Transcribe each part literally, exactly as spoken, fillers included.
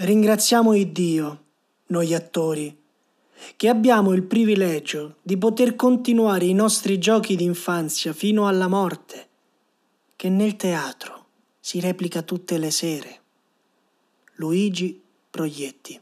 ringraziamo il Dio, noi attori, che abbiamo il privilegio di poter continuare i nostri giochi d'infanzia fino alla morte, che nel teatro si replica tutte le sere. Luigi Proietti.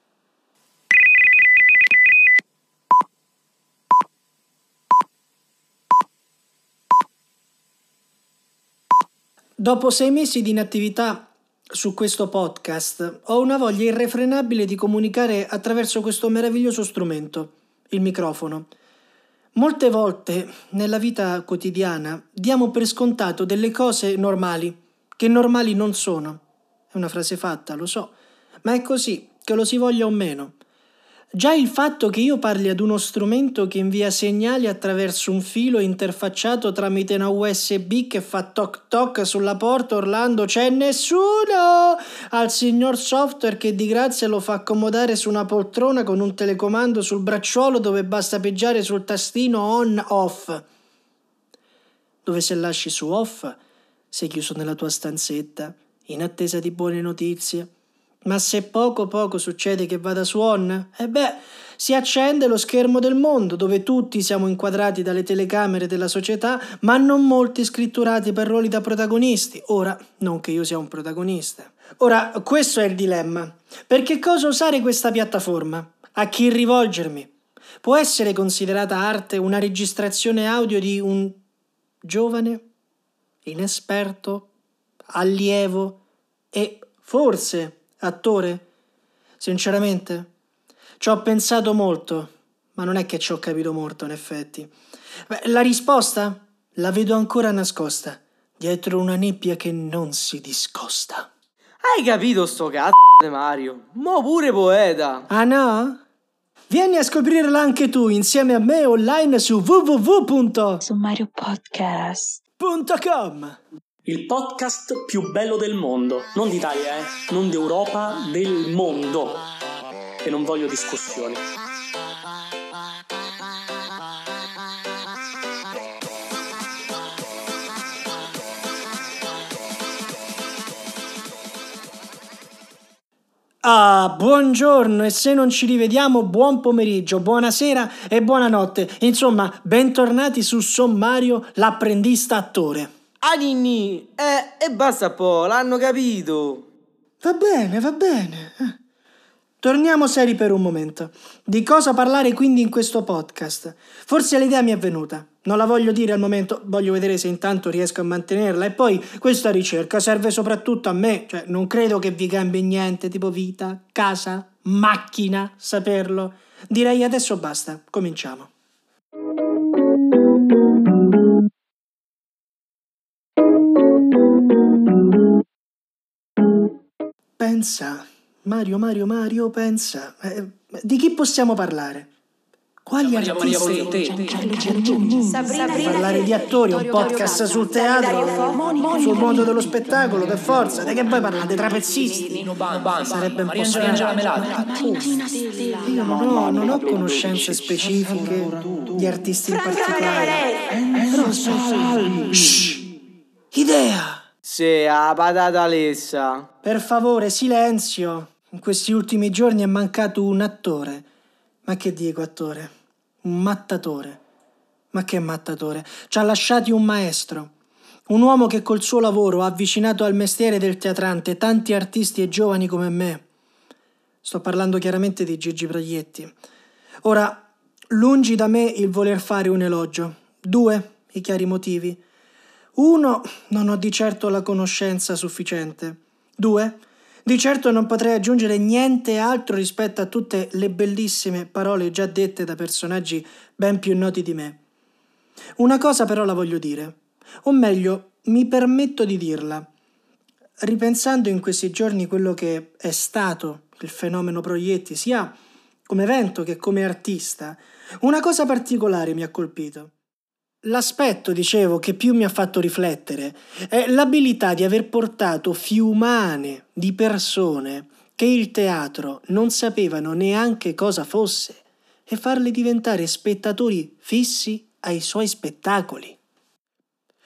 Dopo sei mesi di inattività su questo podcast, ho una voglia irrefrenabile di comunicare attraverso questo meraviglioso strumento, il microfono. Molte volte nella vita quotidiana diamo per scontato delle cose normali, che normali non sono. È una frase fatta, lo so, ma è così, che lo si voglia o meno. Già il fatto che io parli ad uno strumento che invia segnali attraverso un filo interfacciato tramite una U S B che fa toc toc sulla porta urlando "c'è nessuno!" al signor software che di grazia lo fa accomodare su una poltrona con un telecomando sul bracciolo dove basta pigiare sul tastino on-off. Dove se lasci su off sei chiuso nella tua stanzetta in attesa di buone notizie. Ma se poco poco succede che vada su on, e beh, si accende lo schermo del mondo dove tutti siamo inquadrati dalle telecamere della società, ma non molti scritturati per ruoli da protagonisti. Ora, non che io sia un protagonista. Ora, questo è il dilemma. Per che cosa usare questa piattaforma? A chi rivolgermi? Può essere considerata arte una registrazione audio di un giovane, inesperto, allievo e forse attore? Sinceramente, ci ho pensato molto, ma non è che ci ho capito molto in effetti. Beh, la risposta la vedo ancora nascosta, dietro una nebbia che non si discosta. Hai capito sto cazzo di Mario? Mo pure poeta. Ah no? Vieni a scoprirla anche tu insieme a me online su w w w punto sommariopodcast punto com. Il podcast più bello del mondo, non d'Italia, eh, non d'Europa, del mondo. E non voglio discussioni. Ah, buongiorno e se non ci rivediamo buon pomeriggio, buonasera e buonanotte. Insomma, bentornati su Sommario, l'apprendista attore. Ah Ninni, eh, e basta po', l'hanno capito. Va bene, va bene. Torniamo seri per un momento. Di cosa parlare quindi in questo podcast? Forse l'idea mi è venuta. Non la voglio dire al momento, voglio vedere se intanto riesco a mantenerla. E poi questa ricerca serve soprattutto a me. Cioè, non credo che vi cambi niente, tipo vita, casa, macchina, saperlo. Direi adesso basta, cominciamo. Pensa, Mario, Mario, Mario, pensa. Eh, di chi possiamo parlare? Quali artisti? Parlare di attori, un podcast sul teatro, sul mondo dello spettacolo, per forza. Di che voi parlate? Trapezzisti? Sarebbe un po' strano. Io non ho, non ho conoscenze specifiche di artisti in particolare. Però so... Shh! Idea! Sì, a patata lessa. Per favore, silenzio. In questi ultimi giorni è mancato un attore. Ma che dico attore? Un mattatore. Ma che mattatore? Ci ha lasciati un maestro. Un uomo che col suo lavoro ha avvicinato al mestiere del teatrante tanti artisti e giovani come me. Sto parlando chiaramente di Gigi Proietti. Ora, lungi da me il voler fare un elogio. Due, i chiari motivi. Uno, non ho di certo la conoscenza sufficiente. Due, di certo non potrei aggiungere niente altro rispetto a tutte le bellissime parole già dette da personaggi ben più noti di me. Una cosa però la voglio dire, o meglio, mi permetto di dirla. Ripensando in questi giorni quello che è stato il fenomeno Proietti, sia come evento che come artista, una cosa particolare mi ha colpito. L'aspetto, dicevo, che più mi ha fatto riflettere è l'abilità di aver portato fiumane di persone che il teatro non sapevano neanche cosa fosse e farle diventare spettatori fissi ai suoi spettacoli.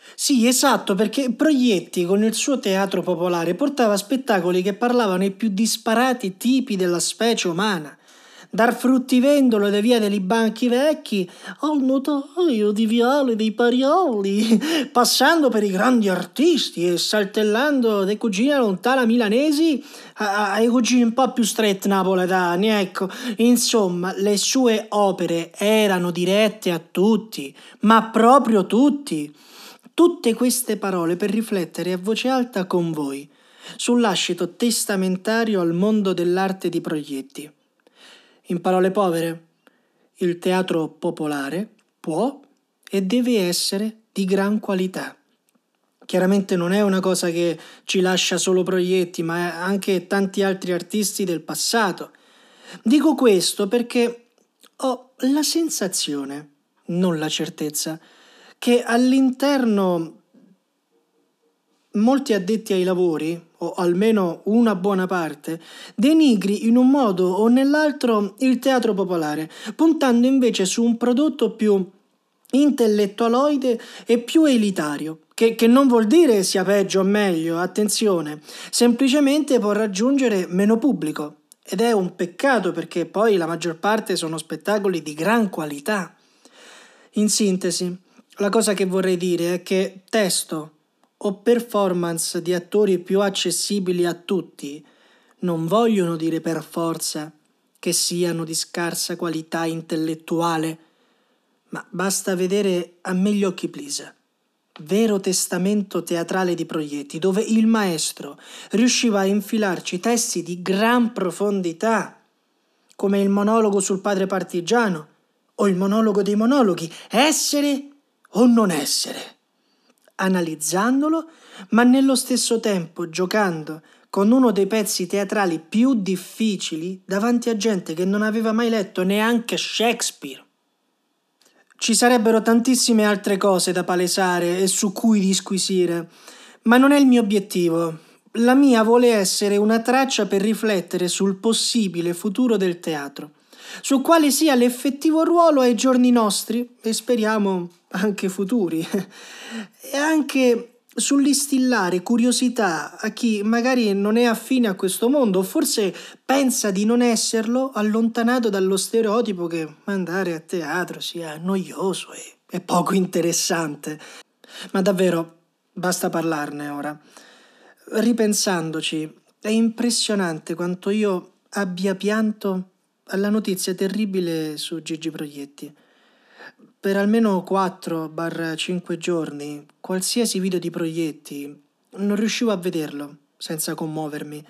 Sì, esatto, perché Proietti con il suo teatro popolare portava spettacoli che parlavano i più disparati tipi della specie umana. Dal fruttivendolo da via dei Banchi Vecchi al notaio di Viale dei Parioli, passando per i grandi artisti e saltellando dai cugini lontana milanesi a- ai cugini un po' più stretti napoletani, ecco. Insomma, le sue opere erano dirette a tutti, ma proprio tutti. Tutte queste parole per riflettere a voce alta con voi sul lascito testamentario al mondo dell'arte di Proietti. In parole povere, il teatro popolare può e deve essere di gran qualità. Chiaramente non è una cosa che ci lascia solo Proietti, ma anche tanti altri artisti del passato. Dico questo perché ho la sensazione, non la certezza, che all'interno molti addetti ai lavori, o almeno una buona parte, denigri in un modo o nell'altro il teatro popolare, puntando invece su un prodotto più intellettualoide e più elitario, che, che non vuol dire sia peggio o meglio, attenzione, semplicemente può raggiungere meno pubblico. Ed è un peccato perché poi la maggior parte sono spettacoli di gran qualità. In sintesi, la cosa che vorrei dire è che testo o performance di attori più accessibili a tutti non vogliono dire per forza che siano di scarsa qualità intellettuale, ma basta vedere A me gli occhi please, vero testamento teatrale di Proietti, dove il maestro riusciva a infilarci testi di gran profondità, come il monologo sul padre partigiano o il monologo dei monologhi, essere o non essere, analizzandolo, ma nello stesso tempo giocando con uno dei pezzi teatrali più difficili davanti a gente che non aveva mai letto neanche Shakespeare. Ci sarebbero tantissime altre cose da palesare e su cui disquisire, ma non è il mio obiettivo. La mia vuole essere una traccia per riflettere sul possibile futuro del teatro, su quale sia l'effettivo ruolo ai giorni nostri e speriamo anche futuri, e anche sull'instillare curiosità a chi magari non è affine a questo mondo o forse pensa di non esserlo, allontanato dallo stereotipo che andare a teatro sia noioso e, e poco interessante. Ma davvero, basta parlarne ora. Ripensandoci, è impressionante quanto io abbia pianto alla notizia terribile su Gigi Proietti. Per almeno quattro cinque giorni, qualsiasi video di Proietti, non riuscivo a vederlo senza commuovermi.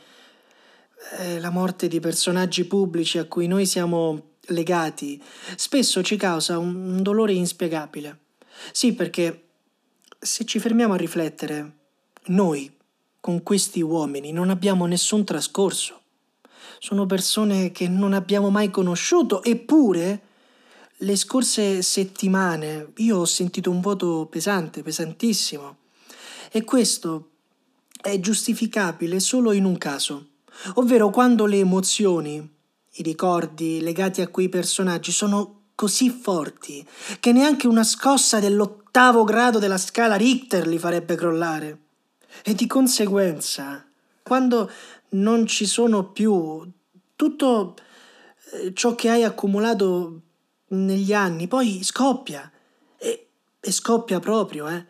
Eh, la morte di personaggi pubblici a cui noi siamo legati spesso ci causa un, un dolore inspiegabile. Sì, perché se ci fermiamo a riflettere, noi con questi uomini non abbiamo nessun trascorso. Sono persone che non abbiamo mai conosciuto, eppure le scorse settimane io ho sentito un vuoto pesante, pesantissimo. E questo è giustificabile solo in un caso, ovvero quando le emozioni, i ricordi legati a quei personaggi sono così forti che neanche una scossa dell'ottavo grado della scala Richter li farebbe crollare. E di conseguenza, quando non ci sono più tutto eh, ciò che hai accumulato negli anni, poi scoppia. E, e scoppia proprio, eh.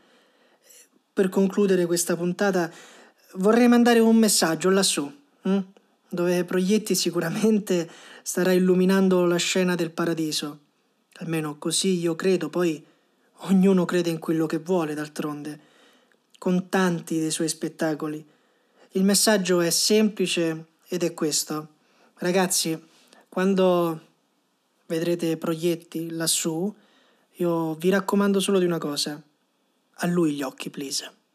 Per concludere questa puntata vorrei mandare un messaggio lassù, hm? Dove Proietti sicuramente starà illuminando la scena del paradiso. Almeno così io credo, poi ognuno crede in quello che vuole, d'altronde, con tanti dei suoi spettacoli. Il messaggio è semplice ed è questo. Ragazzi, quando vedrete Proietti lassù, io vi raccomando solo di una cosa. A lui gli occhi, please.